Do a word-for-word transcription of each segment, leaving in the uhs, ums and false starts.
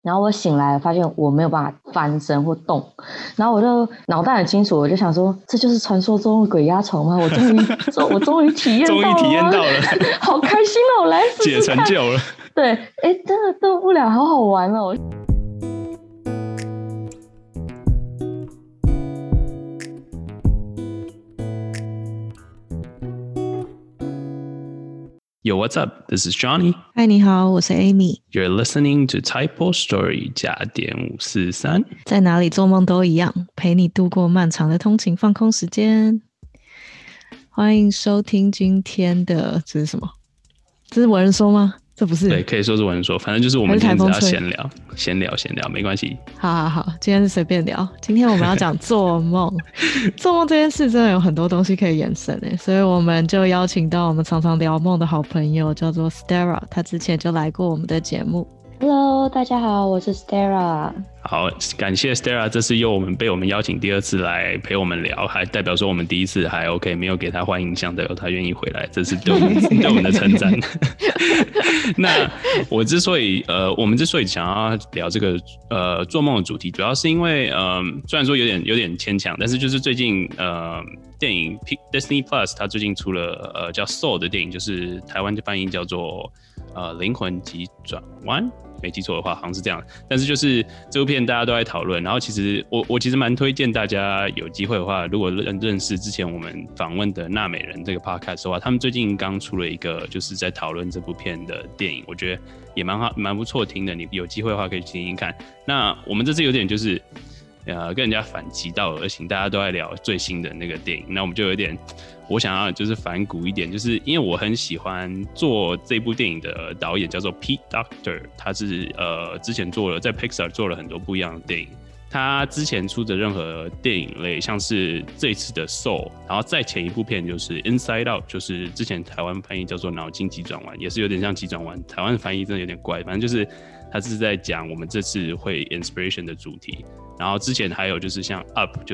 然后我醒来发现我没有办法翻身或动，然后我就脑袋很清楚，我就想说这就是传说中的鬼压床吗？我终于我终于体验到了， 终于体验到了， 好开心哦！我来试试看， 解成就了。 对，哎，真的动不了，好好玩哦。 Yo, what's up? This is Johnny. 嗨，你好，我是 Amy. You're listening to Typo Story 加点五四三， 在哪里做梦都一样，陪你度过漫长的通勤放空时间。欢迎收听今天的，这是什么？这是文人说吗？这不是？ 对，可以说是文人说，反正就是我们今天只要闲聊，闲聊，闲聊，没关系。 好好好，今天是随便聊。今天我们要讲做梦，做梦这件事真的有很多东西可以延伸诶，所以我们就邀请到我们常常聊梦的好朋友，叫做 Stara， 她之前就来过我们的节目。 Hello， 大家好，我是 Stara。 好，感谢 Stara， 这次又我们被我们邀请第二次来陪我们聊，还代表说我们第一次还 OK， 没有给他坏印象，代表他愿意回来，这是对我们对我们的称赞。那我之所以呃，我们之所以想要聊这个呃做梦的主题，主要是因为呃，虽然说有点有点牵强，但是就是最近呃电影 Disney Plus 它最近出了呃叫 Soul 的电影，就是台湾的翻译叫做呃灵魂急转弯。没记错的话好像是这样，但是就是这部片大家都在讨论，然后其实我我其实蛮推荐大家有机会的话，如果认认识之前我们访问的纳美人这个 podcast 的话，他们最近刚出了一个就是在讨论这部片的电影，我觉得也蛮好蛮不错听的，你有机会的话可以听听看。那我们这次有点就是呃跟人家反其道而行，大家都在聊最新的那个电影，那我们就有点我想要就是反骨一点，就是因为我很喜欢做这部电影的导演叫做 Pete Docter， 他是呃之前做了在 Pixar 做了很多不一样的电影，他之前出的任何电影类，像是这一次的 Soul， 然后再前一部片就是 Inside Out， 就是之前台湾翻译叫做脑筋急转弯，也是有点像急转弯，台湾翻译真的有点怪，反正就是他是在讲我们这次会 inspiration 的主题，然后之前还有就是像 Up， 就是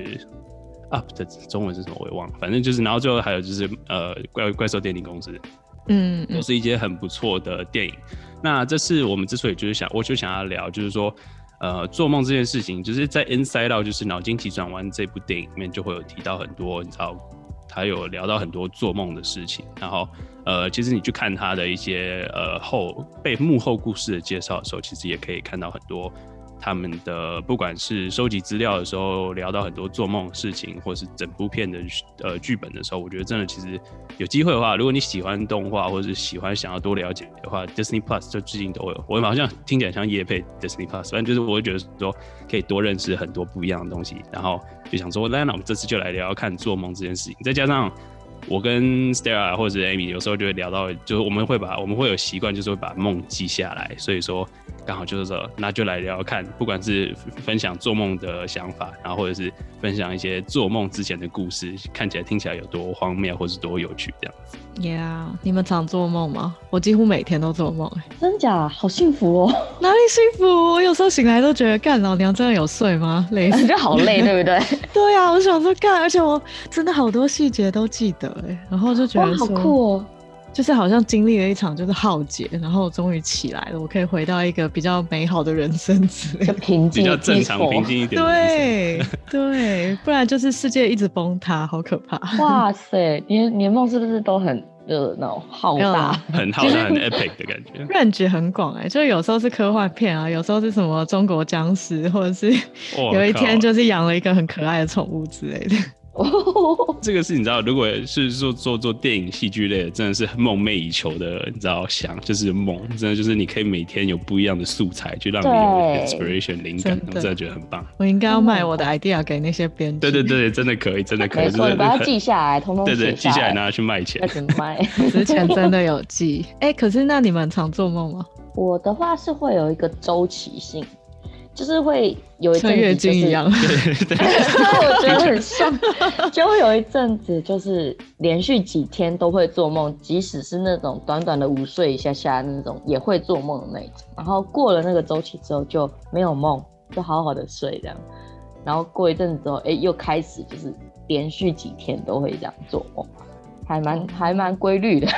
。Up 的中文是什么我也忘了，反正就是，然后最后还有就是呃怪怪兽电力公司，嗯，都是一些很不错的电影。那这次我们之所以就是想，我就想要聊，就是说，呃，做梦这件事情，就是在 Inside Out， 就是脑筋急转弯这部电影里面就会有提到很多，你知道，他有聊到很多做梦的事情。然后，呃，其实你去看他的一些呃后背幕后故事的介绍的时候，其实也可以看到很多。他们的不管是收集资料的时候聊到很多做梦的事情，或是整部片的呃剧本的时候，我觉得真的其实有机会的话，如果你喜欢动画或者是喜欢想要多了解的话 ，Disney Plus 就最近都有。我好像听起来像业配 Disney Plus， 反正就是我会觉得说可以多认识很多不一样的东西，然后就想说，那我们这次就来聊聊看做梦这件事情，再加上。我跟 Stara 或者 Amy 有时候就会聊到，就是我们会把我们会有习惯，就是会把梦记下来，所以说刚好就是说，那就来聊聊看，不管是分享做梦的想法，然后或者是分享一些做梦之前的故事，看起来听起来有多荒谬或是多有趣这样子。 Yeah， 你们常做梦吗？我几乎每天都做梦、欸， 真假？好幸福哦！ 哪里幸福？我有时候醒来都觉得，干老娘真的有睡吗？累死， 就好累，对不对？ 对啊，我想说干，而且我真的好多细节都记得、欸，然后就觉得说， 好酷哦！ 就是好像经历了一场就是浩劫，然后终于起来了，我可以回到一个比较美好的人生之类的， 就平静， 比较正常、平静一点的人生。对对，不然就是世界一直崩塌，好可怕。 哇塞，你你的梦是不是都很热闹、浩大、 很浩大、很 epic 的感觉 ？range 很广哎、欸，就有时候是科幻片啊，有时候是什么中国僵尸，或者是有一天就是养了一个很可爱的宠物之类的。 这个是你知道，如果是做做做电影戏剧类的，真的是梦寐以求的。你知道，想就是梦，真的就是你可以每天有不一样的素材，去让你有 inspiration 灵感，我真的觉得很棒。 我应该要卖我的 idea 给那些编剧。 对对对，真的可以，真的可以。 没错，你把它记下来，通通对对，记下来拿去卖钱。 再怎么卖？ 之前真的有记。哎、欸，可是那你们常做梦吗？ 我的话是会有一个周期性。就是会有一阵子、就是， 像月经一样， 对对对，我觉得很像，就会有一阵子就是连续几天都会做梦，即使是那种短短的午睡一下下那种，也会做梦的那种。然后过了那个周期之后就没有梦，就好好的睡这样。然后过一阵子之后，哎、欸，又开始就是连续几天都会这样做梦，还蛮还蛮规律的。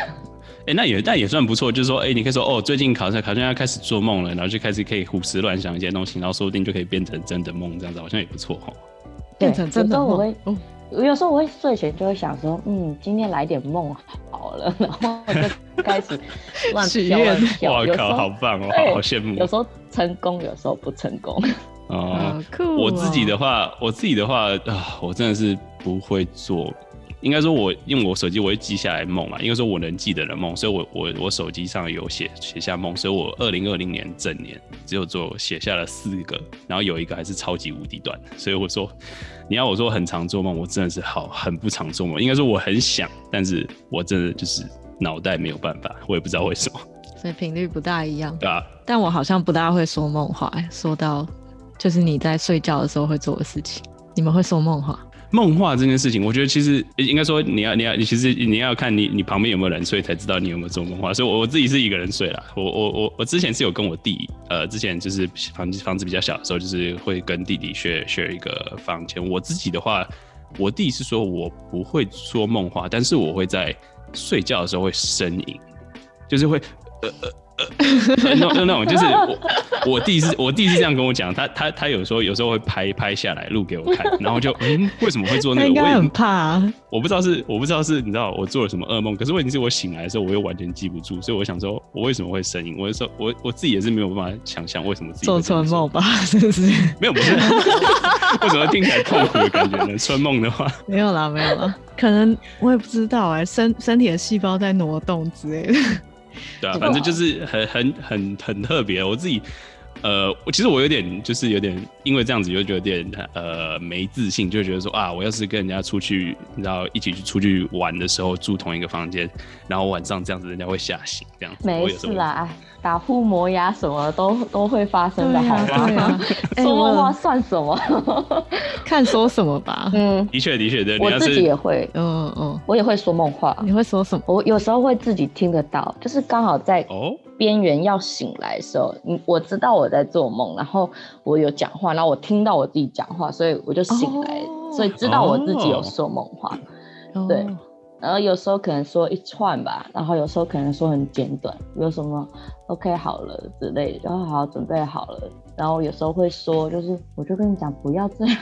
哎、欸，那也但也算不错，就是说，哎、欸，你可以说，哦，最近好像好像要开始做梦了，然后就开始可以胡思乱想一些东西，然后说不定就可以变成真的梦，这样子好像也不错哈。 变成真的梦。 有时候我会，嗯，有时候我会睡前就会想说，嗯，今天来点梦好了，然后我就开始乱飘乱飘。 哇靠，好棒哦，好好羡慕。 有时候成功，有时候不成功。 哦， 酷哦。 我自己的话，我自己的话啊，我真的是不会做。应该说我，因为我手机我会记下来梦嘛，应该说我能记得的梦，所以我我我手机上有写写下梦，所以我二零二零年整年只有做写下了四个，然后有一个还是超级无敌短，所以我说你要我说很常做梦，我真的是好很不常做梦，应该说我很想，但是我真的就是脑袋没有办法，我也不知道为什么， 所以频率不大一样， 对啊， 但我好像不大会说梦话，说到就是你在睡觉的时候会做的事情，你们会说梦话？ 梦话这件事情，我觉得其实应该说你要你要其实你要看你你旁边有没有人睡，才知道你有没有做梦话。所以我我自己是一个人睡啦。我我我我之前是有跟我弟，呃，之前就是房子房子比较小的时候，就是会跟弟弟 share share 一个房间。我自己的话，我弟是说我不会说梦话，但是我会在睡觉的时候会呻吟，就是会呃呃。呃，那那种就是我，我弟是，我弟是这样跟我讲，他他他有时候有时候会拍拍下来录给我看，然后就嗯，为什么会做那个？ 他应该很怕、啊， 我不知道是我不知道是你知道我做了什么噩梦，可是问题是我醒来的时候我又完全记不住，所以我想说我为什么会呻吟？我说我我自己也是没有办法想象为什么自己做春梦吧，是不是？ 没有不是，为什么听起来痛苦的感觉呢？春梦的话没有啦没有啦，可能我也不知道哎、欸，身身体的细胞在挪动之类的。 对啊，反正就是很很很很特别。我自己，呃，其实我有点就是有点因为这样子就有点呃没自信，就觉得说啊，我要是跟人家出去，你知道一起去出去玩的时候住同一个房间，然后晚上这样子人家会吓醒这样子。 没事啦，哎，打呼磨牙什么都都会发生的，好吗？ 对啊， 说梦话算什么？ 看说什么吧。 嗯，的确的确，对， 我自己也会，嗯嗯，我也会说梦话。 你会说什么？ 我有时候会自己听得到，就是刚好在边缘要醒来的时候，哦、我知道我在做梦，然后我有讲话，然后我听到我自己讲话，所以我就醒来，哦、所以知道我自己有说梦话。哦、对。然后有时候可能说一串吧，然后有时候可能说很简短，有什么 OK 好了之类的，然后好准备好了，然后有时候会说，就是我就跟你讲不要这样，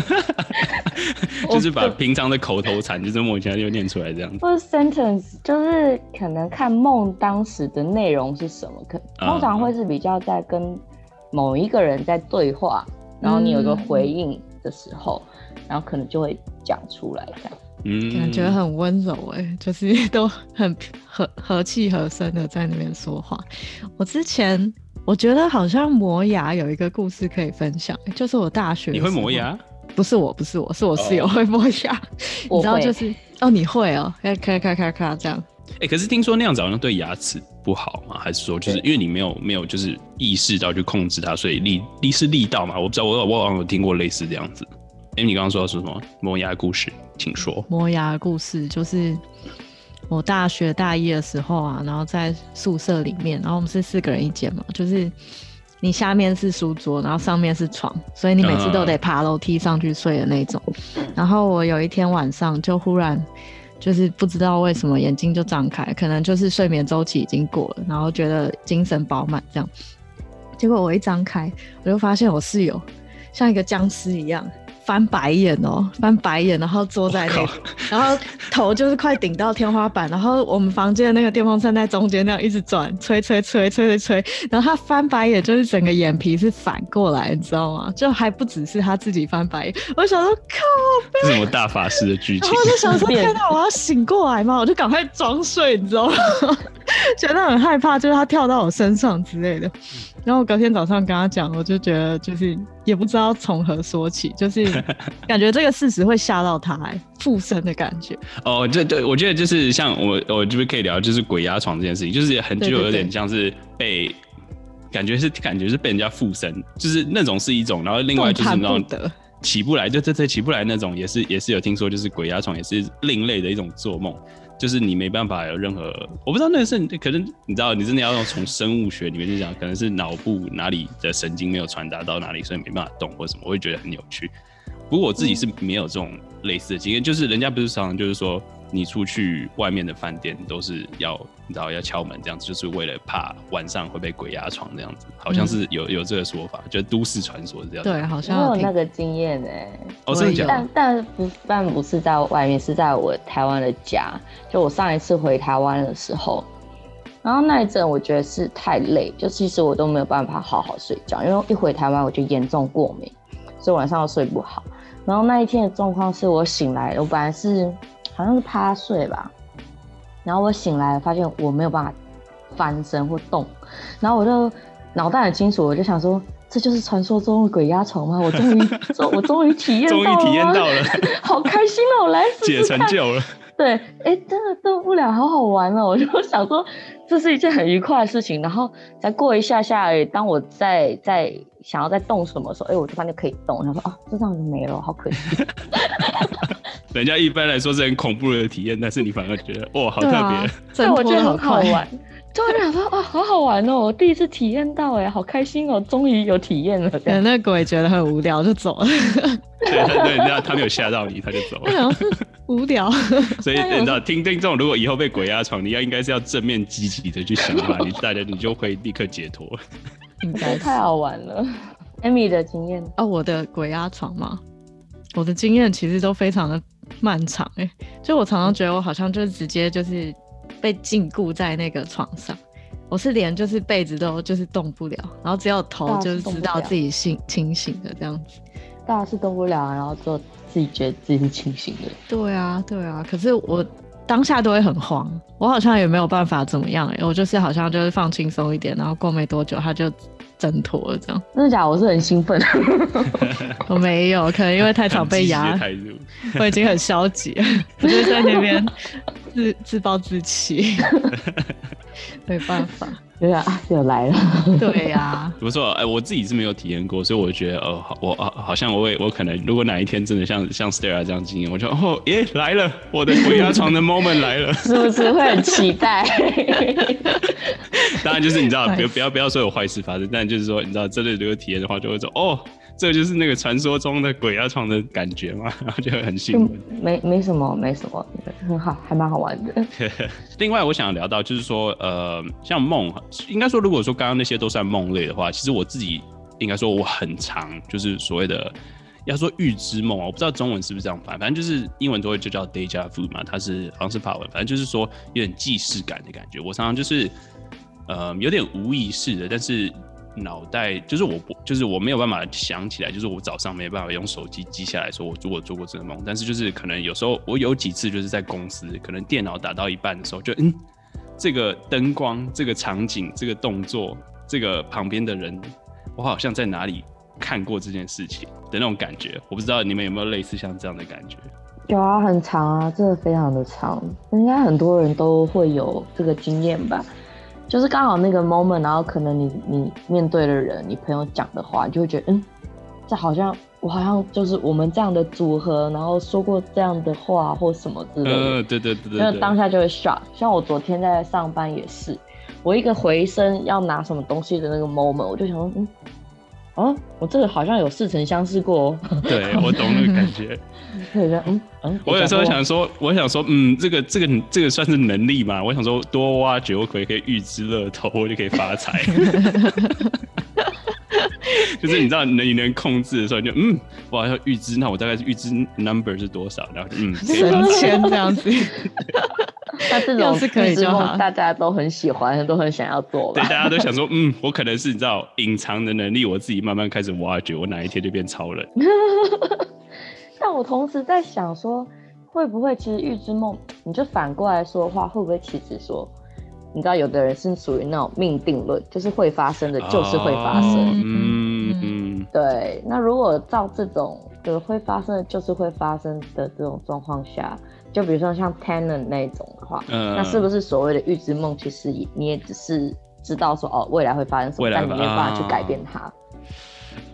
就是把平常的口头禅就是默契就念出来这样子。 或者 sentence 就是可能看梦当时的内容是什么，可通常会是比较在跟某一个人在对话，然后你有一个回应的时候，嗯、然后可能就会讲出来这样。 嗯，感觉很温柔哎、欸，就是都很和和气和声的在那边说话。我之前我觉得好像磨牙有一个故事可以分享、欸，就是我大学你会磨牙？ 不是我，不是我，是我室友会磨牙。Oh. 你知道就是哦，你会哦，咔咔咔咔咔这样。 哎、欸，可是听说那样子好像对牙齿不好吗？还是说就是因为你没有没有就是意识到去控制它，所以力力是力道嘛？我不知道，我我好像有听过类似这样子。哎、欸，你刚刚说的是什么磨牙故事？请说。 磨牙故事就是我大学大一的时候啊，然后在宿舍里面，然后我们是四个人一间嘛，就是你下面是书桌，然后上面是床，所以你每次都得爬楼梯上去睡的那种。然后我有一天晚上就忽然就是不知道为什么眼睛就张开，可能就是睡眠周期已经过了，然后觉得精神饱满这样。结果我一张开，我就发现我室友像一个僵尸一样。翻白眼哦，翻白眼，然后坐在那里，然后头就是快顶到天花板，然后我们房间的那个电风扇在中间那样一直转，吹吹吹吹吹吹，然后他翻白眼就是整个眼皮是反过来，你知道吗？就还不只是他自己翻白眼，我想说靠， 这是什么大法师的剧情？ 然后我就想说天哪，我要醒过来吗？我就赶快装睡，你知道吗？觉得很害怕，就是他跳到我身上之类的。然后我隔天早上跟他讲，我就觉得就是也不知道从何说起，就是感觉这个事实会吓到他、欸，附身的感觉。 哦，这对我觉得就是像我我就是可以聊，就是鬼压床这件事情，就是很就有点像是被对对对感觉是感觉是被人家附身，就是那种是一种，然后另外就是那种起不来，就这这起不来那种，也是也是有听说，就是鬼压床也是另类的一种做梦。就是你没办法有任何，我不知道那个是可能你知道，你真的要从生物学里面去讲，可能是脑部哪里的神经没有传达到哪里，所以没办法动或什么，我会觉得很有趣。不过我自己是没有这种类似的经验，就是人家不是常常就是说， 你出去外面的饭店都是要你知道要敲门这样子，就是为了怕晚上会被鬼压床这样子，好像是有、嗯、有这个说法，就是都市传说是这样子。 对，好像我有那个经验哎、欸。 哦，真的假的？ 但但不但不是在外面，是在我台湾的家。就我上一次回台湾的时候，然后那一阵我觉得是太累，就其实我都没有办法好好睡觉，因为一回台湾我就严重过敏，所以晚上都睡不好。然后那一天的状况是我醒来，我本来是好像是趴睡吧，然后我醒来发现我没有办法翻身或动，然后我就脑袋很清楚，我就想说，这就是传说中的鬼压床吗？我终于，我终于体验到了， 终于体验到了， 好开心哦！我来试试看， 解成就了。 对，哎，真的动不了，好好玩哦！我就想说，这是一件很愉快的事情。然后再过一下下而已，当我在在想要再动什么的时候，哎，我就发现可以动。我想说，哦，这样就没了，好可惜。 人家一般来说是很恐怖的体验，但是你反而觉得，哇，好特别。 对、啊，我觉得很好玩。就我想说，啊，好好玩哦！我第一次体验到，哎，好开心哦！终于有体验了。 可能那鬼觉得很无聊，就走了。 对对，你知道他没有吓到你，他就走了。 无聊。 所以你知道，听听众如果以后被鬼压床，你要应该是要正面积极的去想法，你大家你就会立刻解脱。 应该太好玩了。Amy 的经验哦，我的鬼压床吗？我的经验其实都非常的漫长哎、欸，就我常常觉得我好像就直接就是被禁锢在那个床上，我是连就是被子都就是动不了，然后只有头就是知道自己醒清醒的这样子。 大家是动不了，然后就自己觉得自己是清醒的。 对啊，对啊，可是我当下都会很慌，我好像也没有办法怎么样哎、欸，我就是好像就是放轻松一点，然后过没多久他就挣脱了这样。 真的假的？我是很兴奋。 我没有，可能因为太常被压，我已经很消极了，我就在那边自自暴自弃，没办法。 对啊，又来了。 对呀、啊， 不错，哎，我自己是没有体验过，所以我觉得，哦，我好像我也我可能，如果哪一天真的像像 Stella 这样经验，我就哦，耶，来了，我的鬼压床的 moment 来了， 是不是会很期待？ 当然就是你知道，不要不要不要说有坏事发生，但就是说，你知道，真的如果体验的话，就会说，哦，这就是那个传说中的鬼压床的感觉嘛，然后就会很兴奋。 没没什么，没什么，很好，还蛮好玩的。 另外，我想聊到就是说，呃，像梦，应该说，如果说刚刚那些都算梦类的话，其实我自己应该说我很常就是所谓的。要说预知梦，我不知道中文是不是这样翻，反正就是英文都会就叫 déjà vu 嘛，它是好像是法文，反正就是说有点既视感的感觉。我常常就是呃有点无意识的，但是脑袋就是我就是我没有办法想起来，就是我早上没办法用手机记下来说我如果做过这个梦，但是就是可能有时候我有几次就是在公司，可能电脑打到一半的时候就嗯这个灯光、这个场景、这个动作、这个旁边的人，我好像在哪里看过这件事情的那种感觉，我不知道你们有没有类似像这样的感觉？ 有啊，很长啊，真的非常的长，应该很多人都会有这个经验吧。就是刚好那个 moment， 然后可能你你面对的人，你朋友讲的话，你就会觉得，嗯，这好像我好像就是我们这样的组合，然后说过这样的话或什么之类的。 呃，对对对对， 那当下就会 shock。像我昨天在上班也是，我一个回身要拿什么东西的那个 moment， 我就想说，嗯。哦，我这个好像有似曾相识过、哦。 对，我懂那个感觉。 对，嗯嗯。 我有时候想说，我想说，嗯，这个这个这个算是能力吗？我想说多挖掘，我可以可以预知乐透，我就可以发财。就是你知道你能控制的时候，你就嗯，我好像预知，那我大概是预知 number 是多少，然后就嗯， 神签这样子。 那这种是可以就好， 大家都很喜欢，都很想要做吧。 对，大家都想说，嗯，我可能是你知道隐藏的能力，我自己慢慢开始挖掘，我哪一天就变超人。 但我同时在想说，会不会其实预知梦，你就反过来说的话，会不会其实说，你知道有的人是属于那种命定论，就是会发生的，就是会发生。 哦、嗯嗯。 对，那如果照这种就是会发生的，就是会发生的这种状况下。就比如说像 Tenet 那种的话、嗯，那是不是所谓的预知梦，其实你也只是知道说哦未来会发生什么，但你没有办法去改变它。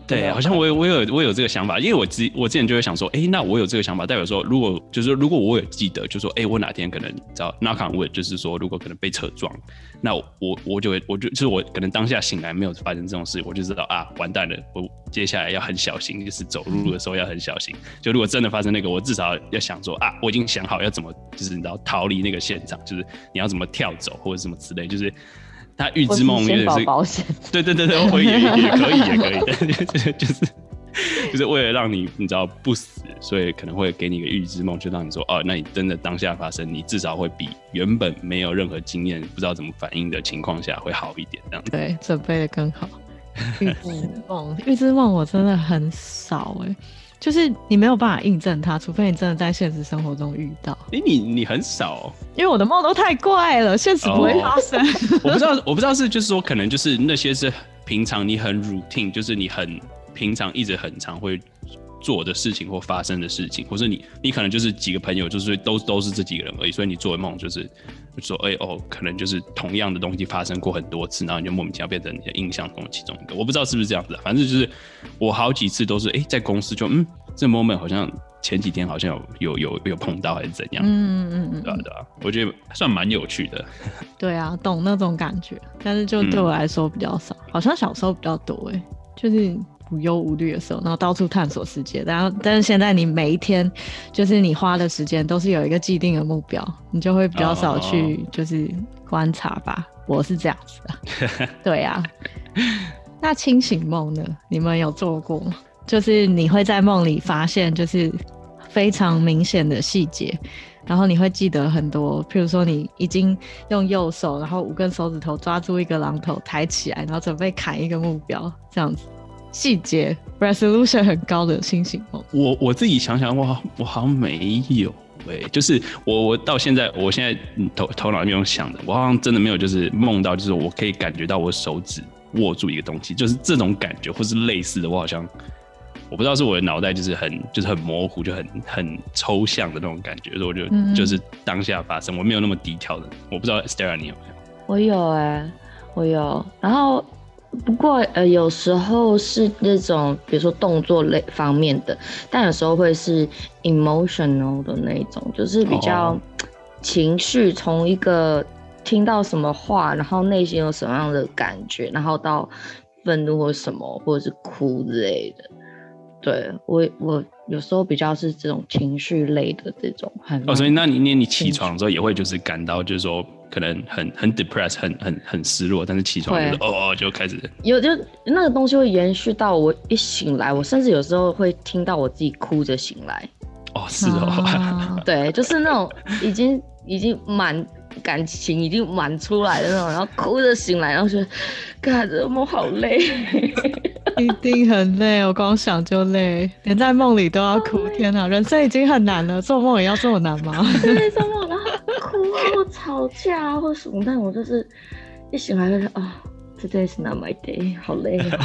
对，好像我有我有我有这个想法，因为我之我之前就会想说，哎、欸，那我有这个想法，代表说，如果就是说如果我有记得，就说，哎、欸，我哪天可能知道 knock on wood， 就是说，如果可能被车撞，那我我就会我就就是我可能当下醒来没有发生这种事，我就知道啊，完蛋了，我接下来要很小心，就是走路的时候要很小心。就如果真的发生那个，我至少要想说啊，我已经想好要怎么，就是你知道逃离那个现场，就是你要怎么跳走或者什么之类，就是。他预知梦有点是， 保险， 对对对对，我也也可以也可以，就是就是为了让你你知道不死，所以可能会给你一个预知梦，就让你说哦，那你真的当下发生，你至少会比原本没有任何经验、不知道怎么反应的情况下会好一点，这样子。 对，准备的更好。预知梦，预知梦我真的很少哎、欸。就是你没有办法印证它，除非你真的在现实生活中遇到。 哎、欸，你你很少、哦， 因为我的梦都太怪了，现实不会发生。 哦、我不知道，我不知道是就是说，可能就是那些是平常你很 routine， 就是你很平常一直很常会做的事情或发生的事情，或是你你可能就是几个朋友，就是都都是这几个人而已，所以你做的梦就是就说，哎、欸、哦，可能就是同样的东西发生过很多次，然后你就莫名其妙变成你的印象中的其中一个。我不知道是不是这样子、啊，反正就是我好几次都是，哎、欸，在公司就嗯，这 moment 好像前几天好像有有有有碰到还是怎样，嗯嗯嗯，对啊对啊，我觉得算蛮有趣的。对啊，懂那种感觉，但是就对我来说比较少，嗯、好像小时候比较多哎、欸，就是无忧无虑的时候，然后到处探索世界。然后，但是现在你每一天，就是你花的时间都是有一个既定的目标，你就会比较少去就是观察吧。我是这样子的。对啊。那清醒梦呢？你们有做过吗？就是你会在梦里发现，就是非常明显的细节。然后你会记得很多，譬如说你已经用右手，然后五根手指头抓住一个榔头抬起来，然后准备砍一个目标，这样子。细节 resolution 很高的清醒梦， 我我自己想想，我我好像没有哎、欸，就是我我到现在，我现在头头脑里面用想的，我好像真的没有，就是梦到，就是我可以感觉到我手指握住一个东西，就是这种感觉，或是类似的，我好像我不知道是我的脑袋就是很就是很模糊，就很很抽象的那种感觉，所以我就、嗯、就是当下发生，我没有那么低调的，我不知道 Stella 你有没有？ 我有哎、欸，我有，然后。不过呃，有时候是那种比如说动作类方面的，但有时候会是 emotional 的那种，就是比较情绪，从一个听到什么话，然后内心有什么样的感觉，然后到愤怒或什么，或者是哭之类的。对，我我有时候比较是这种情绪类的这种很哦，所以那你你起床的时候也会就是感到就是说可能很很 depressed 很很很失落，但是起床就是哦就开始有就那个东西会延续到我一醒来，我甚至有时候会听到我自己哭着醒来。 哦，是哦， 啊、对，就是那种已经已经满感情已经满出来的那种，然后哭着醒来，然后觉得，God，这梦好累。 一定很累，我光想就累，连在梦里都要哭。天哪，人生已经很难了，做梦也要这么难吗？ 对，做梦然后哭啊，或吵架啊，或什么，但我就是一醒来就觉得啊、哦、，Today is not my day， 好累哦。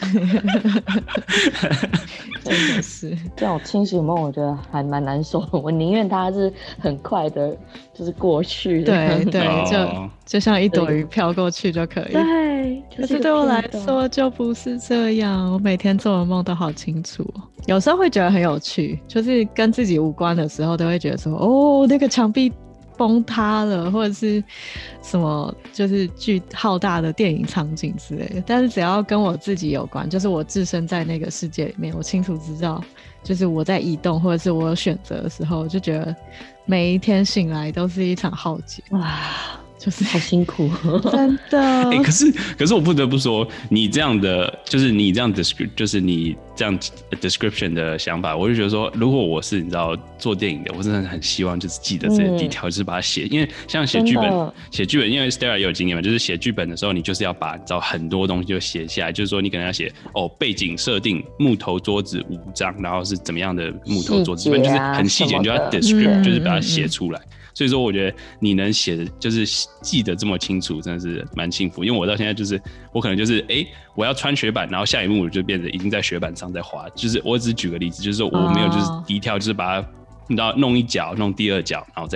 真的是这种清醒梦，我觉得还蛮难受的。我宁愿它是很快的，就是过去的。 对对，就就像一朵云飘过去就可以。 对， 可是对我来说就不是这样。我每天做的梦都好清楚，有时候会觉得很有趣，就是跟自己无关的时候，都会觉得说，哦，那个墙壁崩塌了，或者是什么就是巨浩大的电影场景之类的。但是只要跟我自己有关，就是我置身在那个世界里面，我清楚知道就是我在移动或者是我有选择的时候，我就觉得每一天醒来都是一场浩劫。哇，就是好辛苦。 真的、 欸、可是可是我不得不说，你这样的就是你这样 description 就是你这样 description 的想法，我就觉得说，如果我是你知道做电影的，我真的很希望就是记得这些 detail、嗯、就是把它写，因为像写剧本写剧本，因为 Stella 也有经验嘛，就是写剧本的时候，你就是要把你知道很多东西就写下来，就是说你可能要写哦背景设定木头桌子五张，然后是怎么样的木头桌子，基本、啊、就是很细节，你就要 descript、嗯、就是把它写出来。所以说，我觉得你能写的，就是记得这么清楚，真的是蛮幸福。因为我到现在就是，我可能就是，哎、欸，我要穿雪板，然后下一幕就变成已经在雪板上在滑。就是我只举个例子，就是说我没有就是低跳，就是把它，你知道弄一脚，弄第二脚，然后再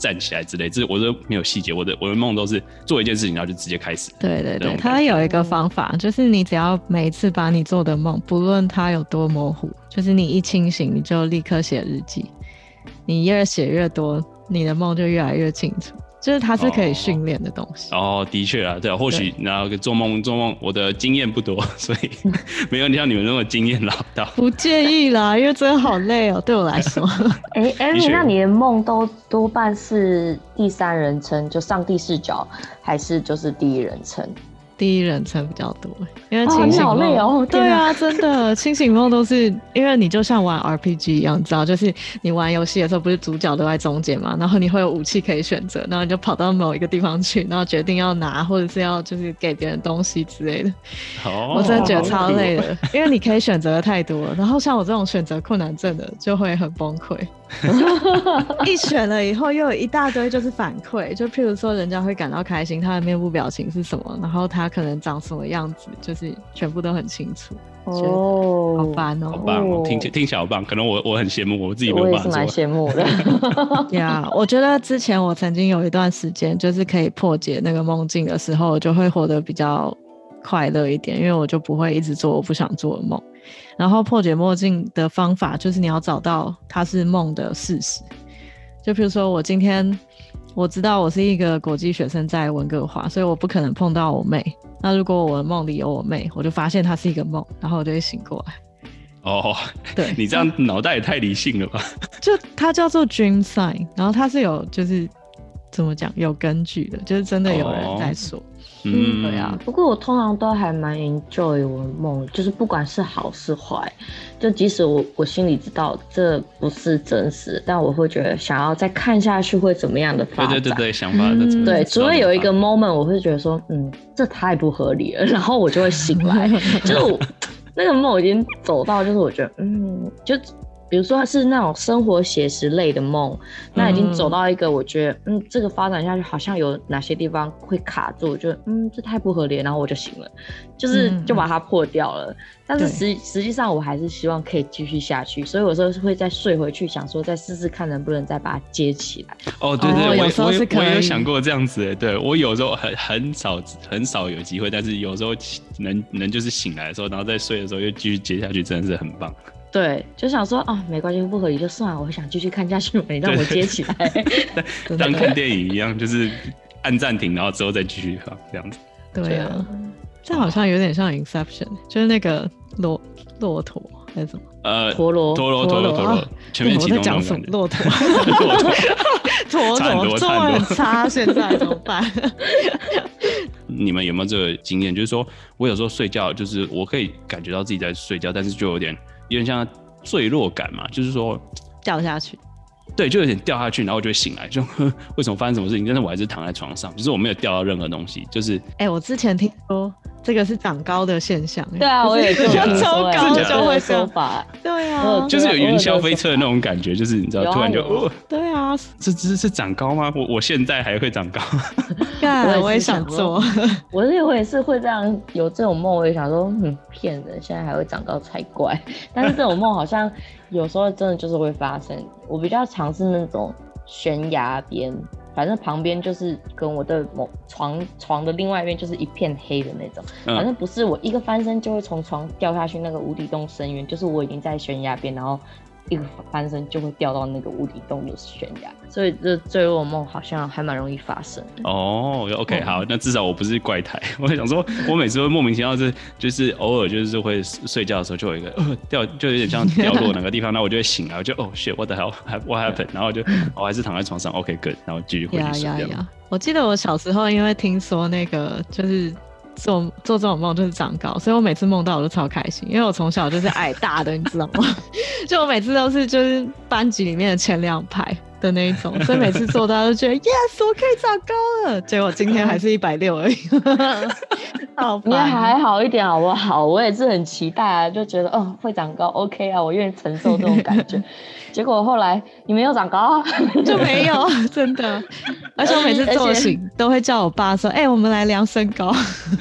站起来之类，这我都没有细节，我的我的梦都是做一件事情，然后就直接开始。 对对对，它有一个方法，就是你只要每一次把你做的梦，不论它有多模糊，就是你一清醒，你就立刻写日记，你越写越多，你的梦就越来越清楚。就是它是可以训练的东西。 哦，的确啊，对啊，或许然后做梦做梦，我的经验不多，所以没有像你们那么经验老道。 不介意啦，因为真的好累哦，对我来说。 哎 ，Amy， 那你的梦都多半是第三人称，就上帝视角，还是就是第一人称？ 第一人称比较多，因为清醒梦、 哦、好累哦。 对啊，真的，清醒梦都是因为你就像玩 R P G 一样，你知道，就是你玩游戏的时候，不是主角都在中间嘛，然后你会有武器可以选择，然后你就跑到某一个地方去，然后决定要拿或者是要就是给别人东西之类的。 哦， 我真的觉得超累的，因为你可以选择的太多了，然后像我这种选择困难症的就会很崩溃。一选了以后又有一大堆就是反馈，就譬如说人家会感到开心，他的面部表情是什么，然后他可能长什么样子，就是全部都很清楚。哦，好烦哦， 好棒哦，听听起来好棒。可能我我很羡慕，我自己没有办法做。 我也是蛮羡慕的。 呀yeah, 我觉得之前我曾经有一段时间，就是可以破解那个梦境的时候，我就会活得比较快乐一点，因为我就不会一直做我不想做的梦。然后破解梦境的方法就是你要找到它是梦的事实，就比如说我今天我知道我是一个国际学生在温哥华，所以我不可能碰到我妹，那如果我的梦里有我妹，我就发现它是一个梦，然后我就会醒过来。 哦， 对， 你这样脑袋也太理性了吧。 就它叫做 dream sign， 然后它是有就是怎么讲有根据的，就是真的有人在说。哦嗯，对啊。不过我通常都还蛮 enjoy 我的梦，就是不管是好是坏，就即使我我心里知道这不是真实，但我会觉得想要再看下去会怎么样的发展。 对对对对，想法的、嗯、 对，除非有一个 moment 我会觉得说，嗯，这太不合理了，然后我就会醒来，就是我那个梦已经走到，就是我觉得，嗯，就。比如说是那种生活写实类的梦，那已经走到一个我觉得，嗯，这个发展下去好像有哪些地方会卡住，我觉得，嗯，这太不合理了，然后我就醒了，就是就把它破掉了。嗯、但是实实际上我还是希望可以继续下去，所以有时候会再睡回去，想说再试试看能不能再把它接起来。 哦，对对， 哦、 我有时候是可以我也有想过这样子，对我有时候很很少很少有机会，但是有时候能能就是醒来的时候，然后再睡的时候又继续接下去，真的是很棒。 对，就想说啊、哦，没关系，不合理就算了，我想继续看下去嘛，你让我接起来， 当看电影一样，就是按暂停，然后之后再继续放这样子。 对啊，这好像有点像 Inception， 就是那个骆骆驼还是什么？ 呃， 陀螺， 陀螺，陀螺，陀螺，全面启动那种感觉。 骆驼，骆驼，驼驼，中文很差，现在怎么办？ 你们有没有这个经验？就是说我有时候睡觉，就是我可以感觉到自己在睡觉，但是就有点。有点像坠落感嘛，就是说掉下去， 对，就有点掉下去，然后我就会醒来，就为什么发生什么事情？但是我还是躺在床上，就是我没有掉到任何东西，就是哎、欸，我之前听说这个是长高的现象， 对啊，我也是超高就会说法， 对啊， 就是有云霄飞车的那种感觉，就是你知道，突然就，哦、 对啊， 这只是长高吗？我我现在还会长高， 我, 我也想做， 我是我也是会这样有这种梦，我也想说，嗯，骗人，现在还会长高才怪。但是这种梦好像有时候真的就是会发生。我比较常是那种悬崖边，反正旁边就是跟我的床床的另外一边就是一片黑的那种，嗯、反正不是我一个翻身就会从床掉下去那个无底洞深渊，就是我已经在悬崖边，然后一个翻身就会掉到那个无底洞的悬崖，所以这坠落梦好像还蛮容易发生的。 哦 ，OK， 好，那至少我不是怪胎。我想说，我每次会莫名其妙是，就是偶尔就是会睡觉的时候就有一个、呃、掉，就有点像掉落哪个地方，然后我就会醒来，我就哦 shit，what the hell，what happened， 然后我就我、哦、还是躺在床上 ，OK good， 然后继续回去睡觉。Yeah, yeah, yeah. 我记得我小时候因为听说那个就是。做做这种梦就是长高，所以我每次梦到我都超开心，因为我从小就是矮大的，你知道吗？就我每次都是就是班级里面的前两排的那一种，所以每次做到就觉得 yes， 我可以长高了。结果今天还是一百六而已，好烦。 你还好一点好不好？我也是很期待啊，就觉得哦会长高 ，OK 啊，我愿意承受这种感觉。结果后来你没有长高啊， 就没有，真的。而且我每次做醒都会叫我爸说：“哎、欸，我们来量身高。”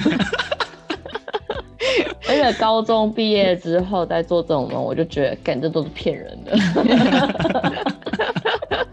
而且高中毕业之后再做这种梦，我就觉得，干这都是骗人的。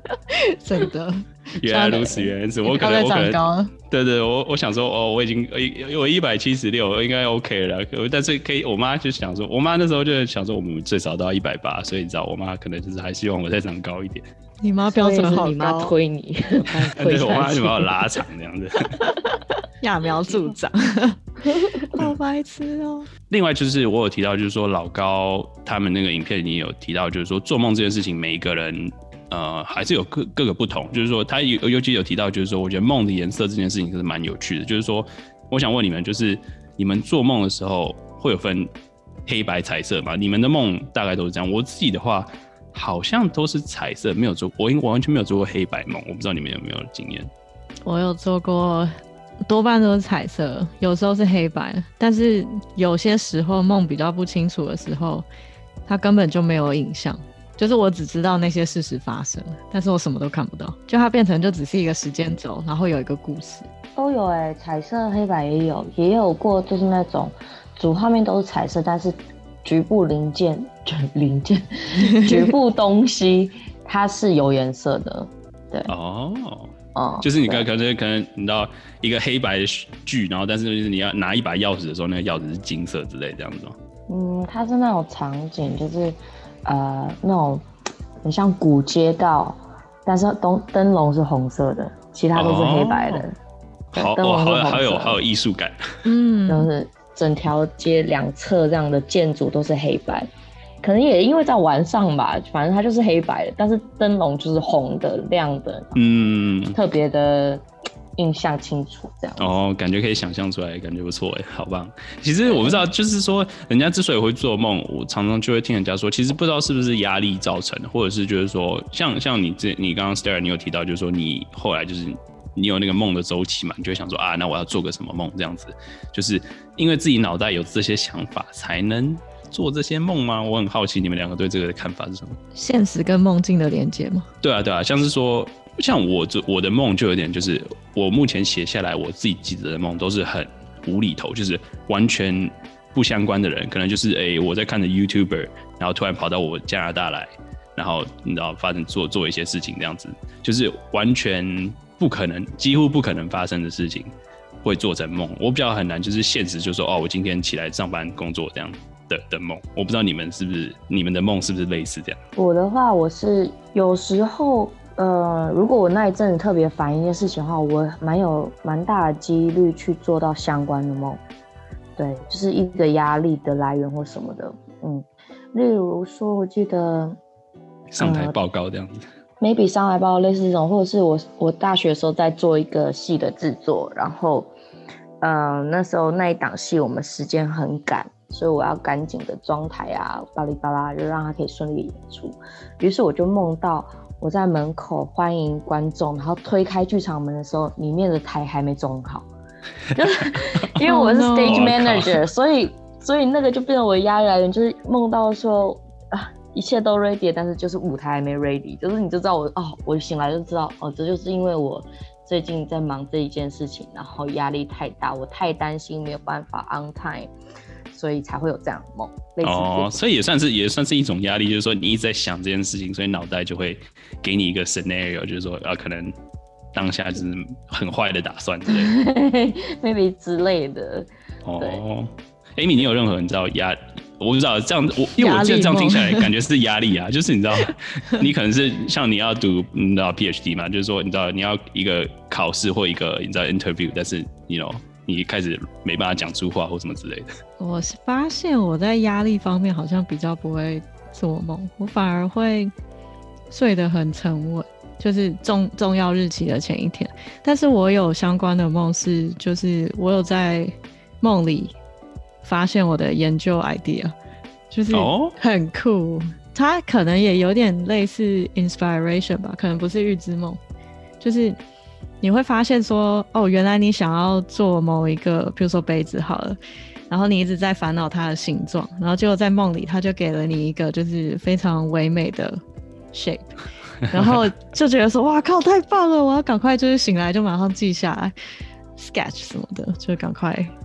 真的。 原来如此，原来如此。我可能我可能对对，我我想说哦，我已经我一百七十六，应该 OK 了。但是可以，我妈就想说，我妈那时候就想说，我们最少都要一百八，所以你知道，我妈可能就是还希望我再长高一点。 你妈标准好高， 你妈推你， 对，我妈就把我拉长这样子， 揠苗助长，好白痴哦。 另外就是我有提到，就是说老高他们那个影片里有提到，就是说做梦这件事情，每一个人。呃，还是有各各个不同，就是说，他尤尤其有提到，就是说，我觉得梦的颜色这件事情是蛮有趣的。就是说，我想问你们，就是你们做梦的时候会有分黑白彩色吗？你们的梦大概都是这样。我自己的话，好像都是彩色，没有做，我我完全没有做过黑白梦。我不知道你们有没有经验？ 我有做过，多半都是彩色，有时候是黑白，但是有些时候梦比较不清楚的时候，它根本就没有影像。就是我只知道那些事实发生，但是我什么都看不到，就它变成就只是一个时间轴，然后有一个故事。 都有哎、欸，彩色、黑白也有，也有过就是那种主画面都是彩色，但是局部零件、零件、局部东西它是有颜色的。对哦， 哦， 就是你可能可能可能你知道一个黑白的剧，然后但是就是你要拿一把钥匙的时候，那个钥匙是金色之类这样子吗？ 嗯，它是那种场景，就是。呃，那种很像古街道，但是灯灯笼是红色的，其他都是黑白的。 哦、好，哇，好有好有好有艺术感。 嗯，就是整条街两侧这样的建筑都是黑白，可能也因为在晚上吧，反正它就是黑白的，但是灯笼就是红的、亮的，嗯，特别的。印象清楚，这样哦，感觉可以想象出来，感觉不错哎，好棒。其实我不知道，就是说，人家之所以会做梦，我常常就会听人家说，其实不知道是不是压力造成的，或者是就是说，像像你这你刚刚 Stella 你有提到，就是说你后来就是你有那个梦的周期嘛，你就会想说啊，那我要做个什么梦这样子，就是因为自己脑袋有这些想法，才能做这些梦吗？我很好奇你们两个对这个的看法是什么？ 现实跟梦境的连接吗？ 对啊，对啊，像是说。像我我的梦就有点，就是我目前写下来我自己记得的梦都是很无厘头，就是完全不相关的人，可能就是哎、欸、我在看的 YouTuber， 然后突然跑到我加拿大来，然后你知道发生做做一些事情这样子，就是完全不可能，几乎不可能发生的事情会做成梦。我比较很难，就是现实就说哦，我今天起来上班工作这样的的梦。我不知道你们是不是你们的梦是不是类似这样？ 我的话，我是有时候。呃，如果我那一阵子特别烦一件事情的话，我蛮有蛮大的几率去做到相关的梦，对，就是一个压力的来源或什么的，嗯，例如说，我记得上台报告这样子、 呃、，maybe 上台报告类似这种，或者是我我大学的时候在做一个戏的制作，然后，呃，那时候那一档戏我们时间很赶，所以我要赶紧的装台啊，巴拉巴拉，就让它可以顺利演出。于是我就梦到。我在门口欢迎观众，然后推开剧场门的时候，里面的台还没装好，就是因为我是 stage manager，、oh, 所以所以那个就变成我的压力来源，就是梦到说啊一切都 ready， 但是就是舞台还没 ready， 就是你就知道我哦，我醒来就知道哦，这就是因为我最近在忙这一件事情，然后压力太大，我太担心没有办法 on time。所以才会有这样的梦，类似哦，所以也算是也算是一种压力，就是说你一直在想这件事情，所以脑袋就会给你一个 scenario， 就是说啊，可能当下就是很坏的打算之类的 ，maybe 之类的。 哦 ，Amy， 你有任何你知道压？我不知道这样，我因为我记得这样听起来感觉是压力啊，就是你知道，你可能是像你要读你知道 P H D 嘛，就是说你知道你要一个考试或一个你知道 interview， 但是 you know。你一开始没办法讲出话或什么之类的。 我发现我在压力方面好像比较不会做梦，我反而会睡得很沉稳，就是重重要日期的前一天。但是我有相关的梦是，就是我有在梦里发现我的研究 idea， 就是很酷。哦、它可能也有点类似 inspiration 吧，可能不是预知梦，就是。你会发现说，哦，原来你想要做某一个，比如说杯子好了，然后你一直在烦恼它的形状，然后结果在梦里，它就给了你一个就是非常唯美的 shape， 然后就觉得说，哇靠，太棒了，我要赶快就是醒来就马上记下来 ，sketch 什么的，就赶快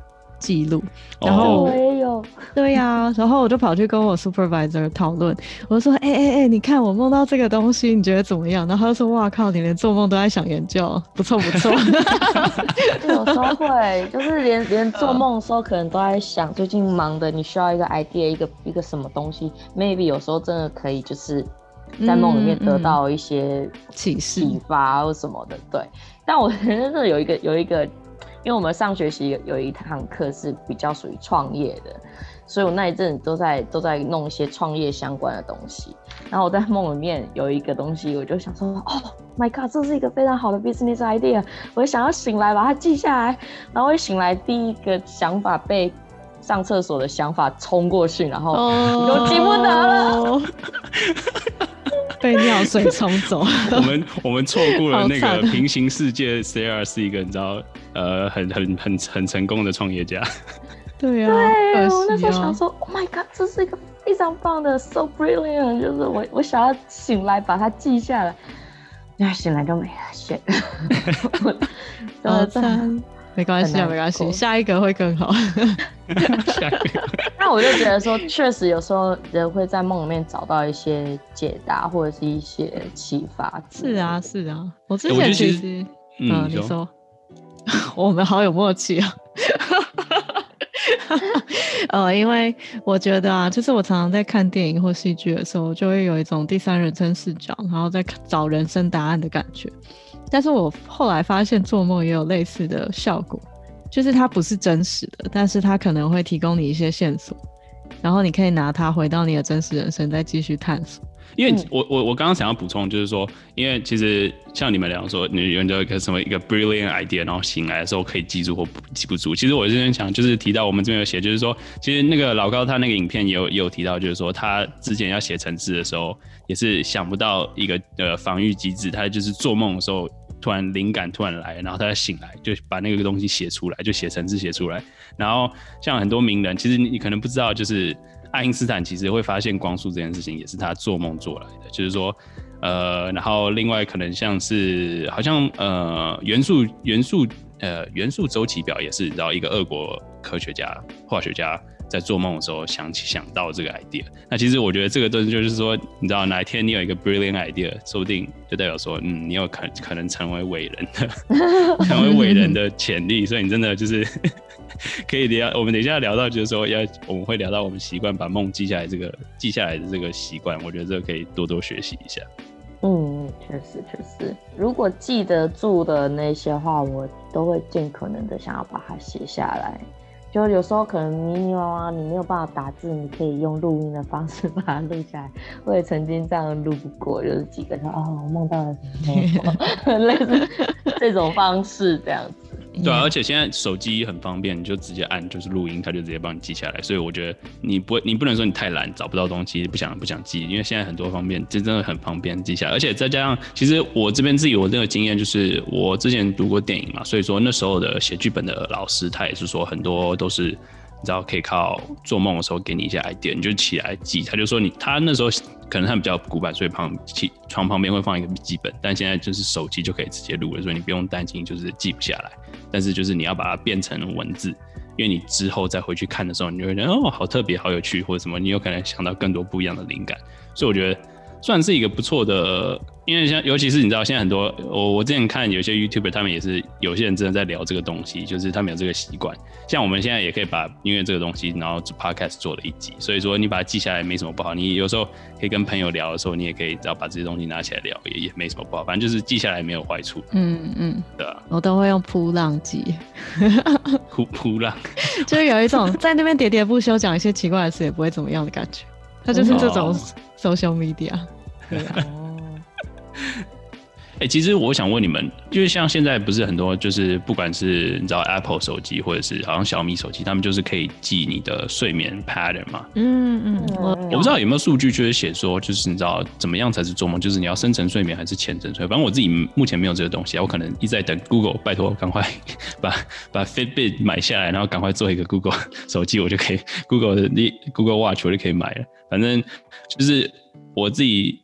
记录，然后我也有， 对呀、啊，然后我就跑去跟我 supervisor 讨论，我就说，哎哎哎，你看我梦到这个东西，你觉得怎么样？然后他就说，哇靠，你连做梦都在想研究，不错不错。 有时候会，就是连连做梦的时候，可能都在想最近忙的，你需要一个 idea， 一个一个什么东西 ，maybe 有时候真的可以就是在梦里面得到一些启示、 启发或什么的，对。但我真的有一个有一个，因为我们上学期有有一堂课是比较属于创业的，所以我那一阵都在都在弄一些创业相关的东西。然后我在梦里面有一个东西，我就想说，哦 ，My God， 这是一个非常好的 business idea， 我想要醒来把它记下来。然后一醒来，第一个想法被上厕所的想法冲过去，然后我就记不得了。 哦被尿水冲走。 我们我们错过了那个平行世界 ，Sarah 是一个你知道呃很很很很成功的创业家。 对啊， 对， 哦、 我那时候想说 ，Oh my God， 这是一个非常棒的 ，so brilliant， 就是我我想要醒来把它记下来，那醒来就没了 ，shit， 好惨。没关系啊，没关系，下一个会更好。 下一个， 那我就觉得说，确实有时候人会在梦里面找到一些解答，或者是一些启发。 是啊，是啊，我之前其实，欸、嗯、呃，你说，我们好有默契啊。呃，因为我觉得啊，就是我常常在看电影或戏剧的时候，就会有一种第三人称视角，然后在找人生答案的感觉。但是我后来发现做梦也有类似的效果，就是它不是真实的，但是它可能会提供你一些线索，然后你可以拿它回到你的真实人生再继续探索。 因为我我我刚刚想要补充就是说，因为其实像你们俩说，你有一个什么一个 brilliant idea， 然后醒来的时候可以记住或记不住。其实我之前想就是提到我们这边有写，就是说，其实那个老高他那个影片也有也有提到，就是说他之前要写程式的时候，也是想不到一个呃防御机制，他就是做梦的时候突然灵感突然来，然后他醒来就把那个东西写出来，就写程式写出来。然后像很多名人，其实你可能不知道，就是爱因斯坦其实会发现光速这件事情也是他做梦做来的，就是说，呃，然后另外可能像是好像呃元素元素呃元素周期表也是，然后一个俄国科学家化学家在做梦的时候想起想到这个 idea。那其实我觉得这个都就是说，你知道哪一天你有一个 brilliant idea， 说不定就代表说，嗯，你有可可能成为伟人的，成为伟人的潜力。所以你真的就是可以聊，我们等一下聊到就是说要我们会聊到我们习惯把梦记下来这个记下来的这个习惯，我觉得这个可以多多学习一下。 嗯，确实确实，如果记得住的那些话，我都会尽可能的想要把它写下来。就有时候可能迷迷茫茫，你没有办法打字，你可以用录音的方式把它录下来。我也曾经这样录过，就是几个说哦，我梦到了什么，类似这种方式这样子。 对啊，而且现在手机很方便，你就直接按就是录音，它就直接帮你记下来。所以我觉得你不你不能说你太懒找不到东西，不想不想记，因为现在很多方面真的很方便记下来。而且再加上，其实我这边自己我那个经验就是，我之前读过电影嘛，所以说那时候的写剧本的老师他也是说很多都是。你知道可以靠做梦的时候给你一些 idea， 你就起来记。他就说你他那时候可能他比较古板，所以旁床旁边会放一个笔记本，但现在就是手机就可以直接录了，所以你不用担心就是记不下来。但是就是你要把它变成文字，因为你之后再回去看的时候，你就会觉得哦好特别、好有趣，或者什么，你有可能想到更多不一样的灵感。所以我觉得算是一个不错的。因为像尤其是你知道现在很多我我之前看有些 YouTuber 他们也是有些人真的在聊这个东西，就是他们有这个习惯。像我们现在也可以把音乐这个东西，然后 Podcast 做了一集，所以说你把它记下来没什么不好。你有时候可以跟朋友聊的时候，你也可以只要把这些东西拿起来聊，也也没什么不好。反正就是记下来没有坏处。 嗯嗯， 对啊， 我都会用扑浪记。 扑扑浪， 就是有一种在那边喋喋不休讲一些奇怪的事也不会怎么样的感觉。它就是这种 social media。对啊。 哎、欸，其实我想问你们，就是像现在不是很多，就是不管是你知道 Apple 手机或者是好像小米手机，他们就是可以记你的睡眠 pattern 嘛。 嗯嗯，我我不知道有没有数据，就是写说，就是你知道怎么样才是做梦，就是你要深层睡眠还是浅层睡眠。反正我自己目前没有这个东西，我可能一直在等 Google， 拜托赶快把把 Fitbit 买下来，然后赶快做一个 Google 手机，我就可以 Google 的 Google Watch 我就可以买了。反正就是我自己。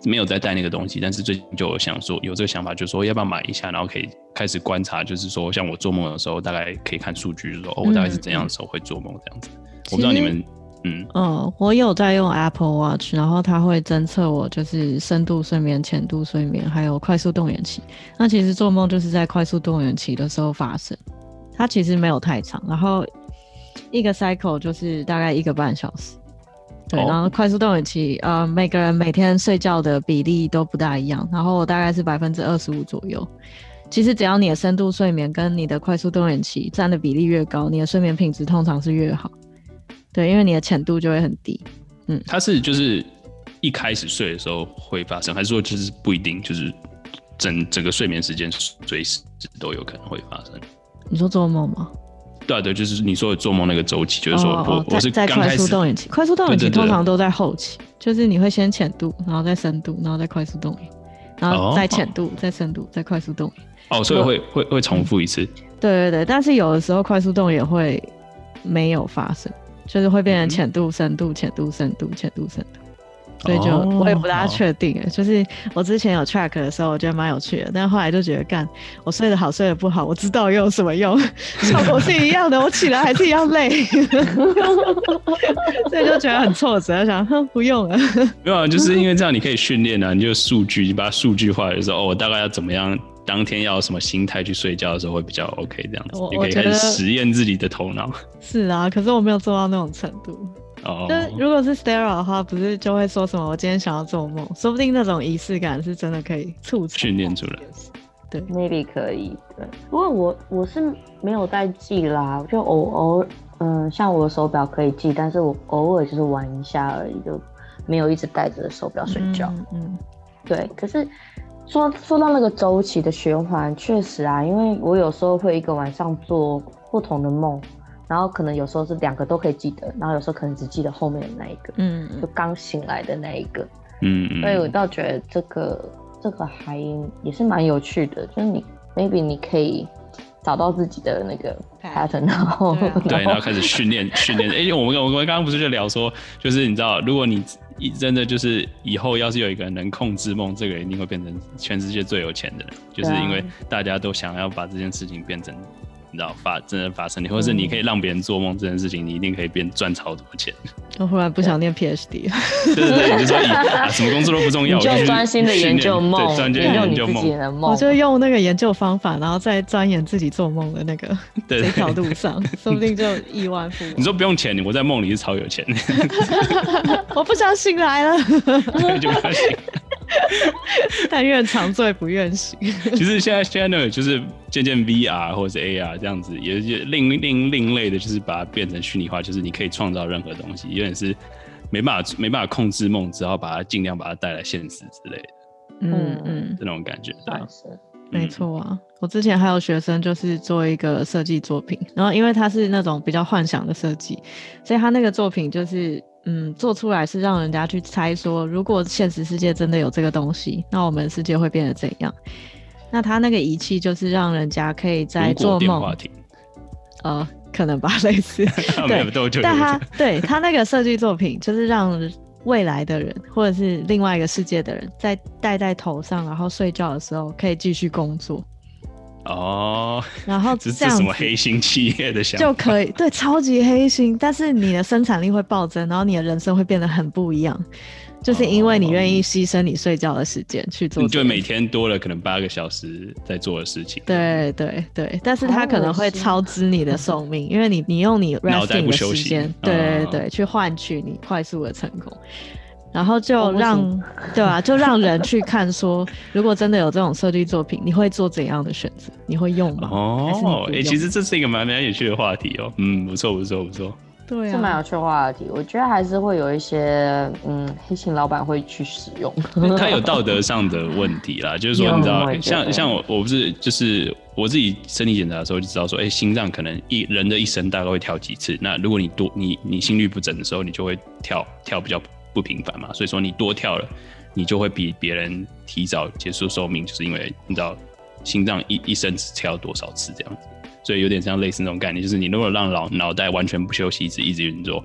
没有在带那个东西，但是最近就有想说有这个想法，就是说要不要买一下，然后可以开始观察，就是说像我做梦的时候，大概可以看数据，就是说哦，我大概是怎样的时候会做梦这样子。我不知道你们，嗯， 嗯，我有在用 Apple Watch， 然后它会侦测我就是深度睡眠、浅度睡眠，还有快速动眼期。那其实做梦就是在快速动眼期的时候发生，它其实没有太长，然后一个 cycle 就是大概一个半小时。对，然后快速动眼期，呃，每个人每天睡觉的比例都不大一样，然后我大概是百分之二十五左右。其实只要你的深度睡眠跟你的快速动眼期占的比例越高，你的睡眠品质通常是越好。对，因为你的浅度就会很低。嗯， 它是就是一开始睡的时候会发生，还是说就是不一定，就是整整个睡眠时间随时都有可能会发生？ 你说做梦吗？ 对啊，对，就是你说的做梦那个周期，就是说我、 哦、 我是在刚开始快速动眼期，快速动眼期对对对通常都在后期，就是你会先浅度，然后再深度，然后再快速动眼，然后再浅度、哦、再深度，再快速动眼。 哦，所以会会会重复一次。 对对对，但是有的时候快速动眼会没有发生，就是会变成浅度、深度、浅度、深度、浅度、深度。所以就我也不大确定、哦、就是我之前有 track 的时候我觉得蛮有趣的，但后来就觉得干我睡得好睡得不好我知道又有什么用，效果是一样的，我起来还是一样累所以就觉得很挫折，想哼不用了。 没有啊，就是因为这样你可以训练啊，你就数据你把它数据化，就说哦我大概要怎么样当天要有什么心态去睡觉的时候会比较 OK 这样子，你可以开始实验自己的头脑。是啊，可是我没有做到那种程度。Oh. 就是如果是 Stera 的话，不是就会说什么我今天想要做梦，说不定那种仪式感是真的可以促成训练出来。 对 ，maybe 可以。对，不过我我是没有在记啦，就偶偶嗯，像我的手表可以记，但是我偶尔就是玩一下而已，就没有一直带着手表睡觉。嗯, 嗯，对。可是说说到那个周期的循环，确实啊，因为我有时候会一个晚上做不同的梦。然后可能有时候是两个都可以记得，然后有时候可能只记得后面的那一个，嗯，就刚醒来的那一个，嗯，所以我倒觉得这个这个还也是蛮有趣的，就是你 maybe 你可以找到自己的那个 pattern， 然后对，然后开始训练训练。哎，我们我们刚刚不是就聊说，就是你知道，如果你真的就是以后要是有一个人能控制梦，这个人一定会变成全世界最有钱的人，就是因为大家都想要把这件事情变成。你知道发真的发生，或者是你可以让别人做梦这件事情，你一定可以变赚超多钱。 我忽然不想念 P H D 了。 对对对，你就说、啊、什么工作都不重要， 你就专心的研究梦， 对，专心研究梦。 我就用那个研究方法，然后再钻研自己做梦的那个这条路上，说不定就亿万富翁。 你说不用钱，我在梦里是超有钱。 我不想醒来了。 就不要醒。 但愿长醉不愿醒。 其实现在现在那个就是渐渐 V R 或者是 A R 这样子，也是另另另类的，就是把它变成虚拟化，就是你可以创造任何东西，有点是没办法没办法控制梦，只好把它尽量把它带来现实之类的。嗯嗯，这种感觉，对吧？ 没错啊，我之前还有学生就是做一个设计作品，然后因为他是那种比较幻想的设计，所以他那个作品就是嗯做出来是让人家去猜说，如果现实世界真的有这个东西，那我们世界会变得怎样？那他那个仪器就是让人家可以在做梦，呃，可能吧，类似，对，但他对他那个设计作品就是让未来的人或者是另外一个世界的人在戴在头上，然后睡觉的时候可以继续工作。 哦， 然后这样子这是什么黑心企业的想法就可以，对，超级黑心，但是你的生产力会暴增，然后你的人生会变得很不一样，就是因为你愿意牺牲你睡觉的时间去做， 你就每天多了可能八个小时在做的事情。 对对对，但是它可能会超支你的寿命，因为你你用你 resting 的时间，对对对，去换取你快速的成功。然后就让对吧、啊？就让人去看说，如果真的有这种设计作品，你会做怎样的选择？你会用吗？ 哦，哎、欸，其实这是一个蛮蛮有趣的话题哦。嗯，不错不错不错。 对啊， 是蛮有趣的话题。我觉得还是会有一些嗯黑心老板会去使用。 他有道德上的问题啦，就是说你知道，像像我我不是就是我自己身体检查的时候就知道说，哎、欸，心脏可能一人的一生大概会跳几次。那如果你多你你心律不整的时候，你就会跳跳比较不频繁嘛，所以说你多跳了，你就会比别人提早结束寿命，就是因为你知道心脏一一生只跳多少次这样子，所以有点像类似那种概念，就是你如果让脑脑袋完全不休息，一直一直运作，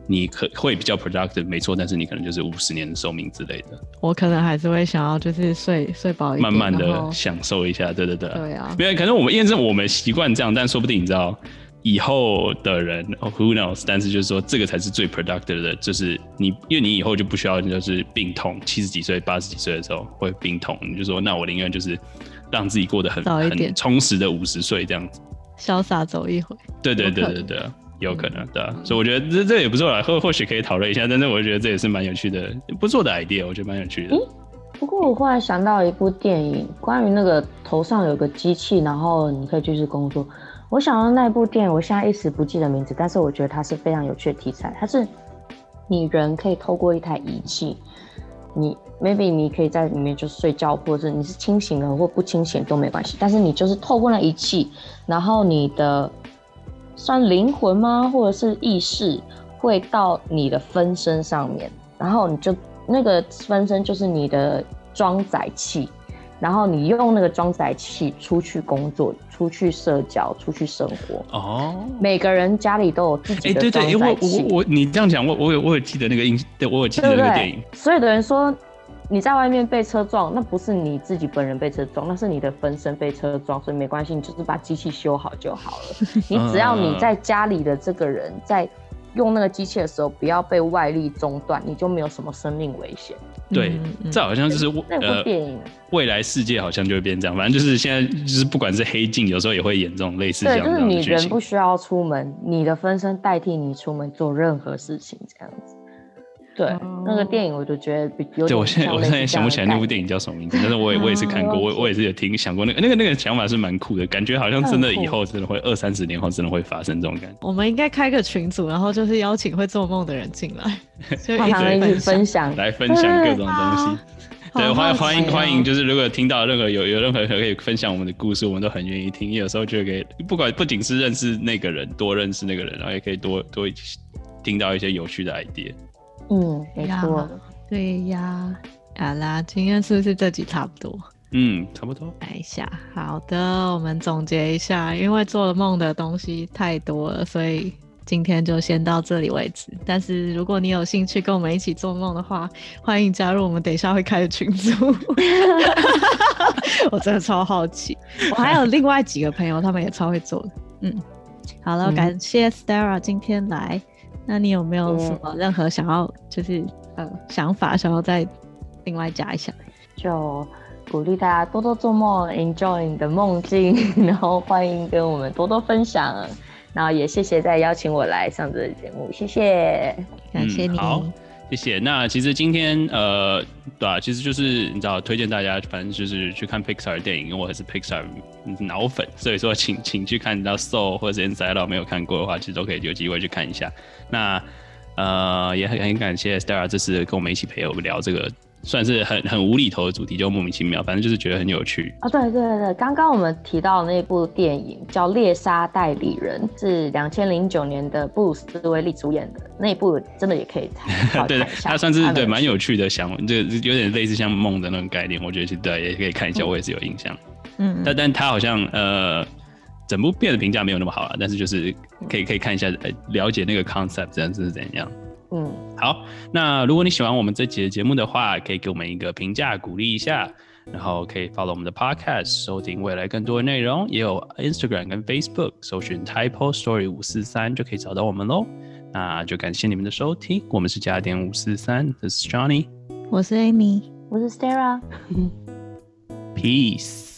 你可会比较 productive 没错，但是你可能就是五十年的寿命之类的。 我可能还是会想要就是睡睡饱一点， 慢慢的享受一下，对对对。 对啊， 因为可能我们因为是我们习惯这样，但说不定你知道以后的人、oh, who knows， 但是就是说这个才是最 productive 的，就是你因为你以后就不需要就是病痛，七十几岁八十几岁的时候会病痛，你就说那我宁愿就是让自己过得很很充实的五十岁这样子， 潇洒走一回。 对对对对对，有可能的、嗯，所以我觉得这这也不错啦，或或许可以讨论一下，但是我觉得这也是蛮有趣的，不错的 idea， 我觉得蛮有趣的。 嗯，不过我忽然想到一部电影，关于那个头上有个机器，然后你可以继续工作。我想到那部电影，我现在一时不记得名字，但是我觉得它是非常有趣的题材。它是你人可以透过一台仪器，你 maybe 你可以在里面就睡觉，或者是你是清醒了或不清醒都没关系，但是你就是透过那仪器，然后你的算灵魂吗，或者是意识会到你的分身上面，然后你就那个分身就是你的装载器，然后你用那个装载器出去工作、出去社交、出去生活。哦，每个人家里都有自己的装载器。欸、对对， 我我我你这样讲，我我有我有记得那个印，对，我有记得那个电影。 对对，所有的人说你在外面被车撞，那不是你自己本人被车撞，那是你的分身被车撞，所以没关系，你就是把机器修好就好了。你只要你在家里的这个人在用那个机器的时候不要被外力中断，你就没有什么生命危险。 对，这好像就是那部电影、呃， 未来世界好像就会变这样。反正就是现在，就是不管是黑镜，有时候也会演这种类似这样的剧情。 对，就是你人不需要出门，你的分身代替你出门做任何事情，这样子。对，哦、那个电影我就觉得有点。 对，我现在我现在想不起来那部电影叫什么名字，但是我也我也是看过，我我也是有听想过那个那个那个想法是蛮酷的，感觉好像真的以后真的会二三十年后真的会发生这种感觉。 我们应该开个群组，然后就是邀请会做梦的人进来， 就一起分享， 来分享各种东西。对，欢欢迎欢迎，就是如果听到任何有有任何可以分享我们的故事，我们都很愿意听。有时候就可以不管不仅是认识那个人，多认识那个人，然后也可以多多听到一些有趣的 idea。 嗯，没错， 对呀。好啦，今天是不是这集差不多？ 嗯，差不多。 来一下，好的，我们总结一下，因为做了梦的东西太多了，所以今天就先到这里为止。但是如果你有兴趣跟我们一起做梦的话，欢迎加入我们等一下会开的群组。我真的超好奇，我还有另外几个朋友，他们也超会做的。嗯，好了，感谢 Stara 今天来。那你有没有什么任何想要就是呃想法想要再另外加一下？ 就鼓励大家多多做梦 ，enjoy 你的梦境，然后欢迎跟我们多多分享，然后也谢谢再邀请我来上这个节目，谢谢， 感谢你。 嗯、好，谢谢。那其实今天呃，对啊，其实就是你知道，推荐大家，反正就是去看 Pixar 的电影，因为我还是 Pixar 脑粉，所以说请请去看到 Soul 或者是 Inside Out 没有看过的话，其实都可以有机会去看一下。那呃，也很很感谢 Stara 这次跟我们一起陪我们聊这个。算是很很无厘头的主题，就莫名其妙，反正就是觉得很有趣啊、哦！对对对对，刚刚我们提到的那部电影叫《猎杀代理人》，是两千零九年的布鲁斯威利主演的那一部，真的也可以看。 对，他算是对蛮有趣的，想这有点类似像梦的那种概念，我觉得其实对也可以看一下，我也是有印象。嗯，但但他好像呃，整部片的评价没有那么好啦，但是就是可以可以看一下，呃，了解那个 concept 这样子是怎样。嗯，好，那如果你喜欢我们这集的节目的话，可以给我们一个评价鼓励一下，然后可以 follow 我们的 podcast 收听未来更多的内容，也有 Instagram 跟 Facebook 搜寻 Typo Story 五四三就可以找到我们咯。那就感谢你们的收听，我们是加点五四三 This is Johnny， 我是 Amy， 我是 Stara， Peace。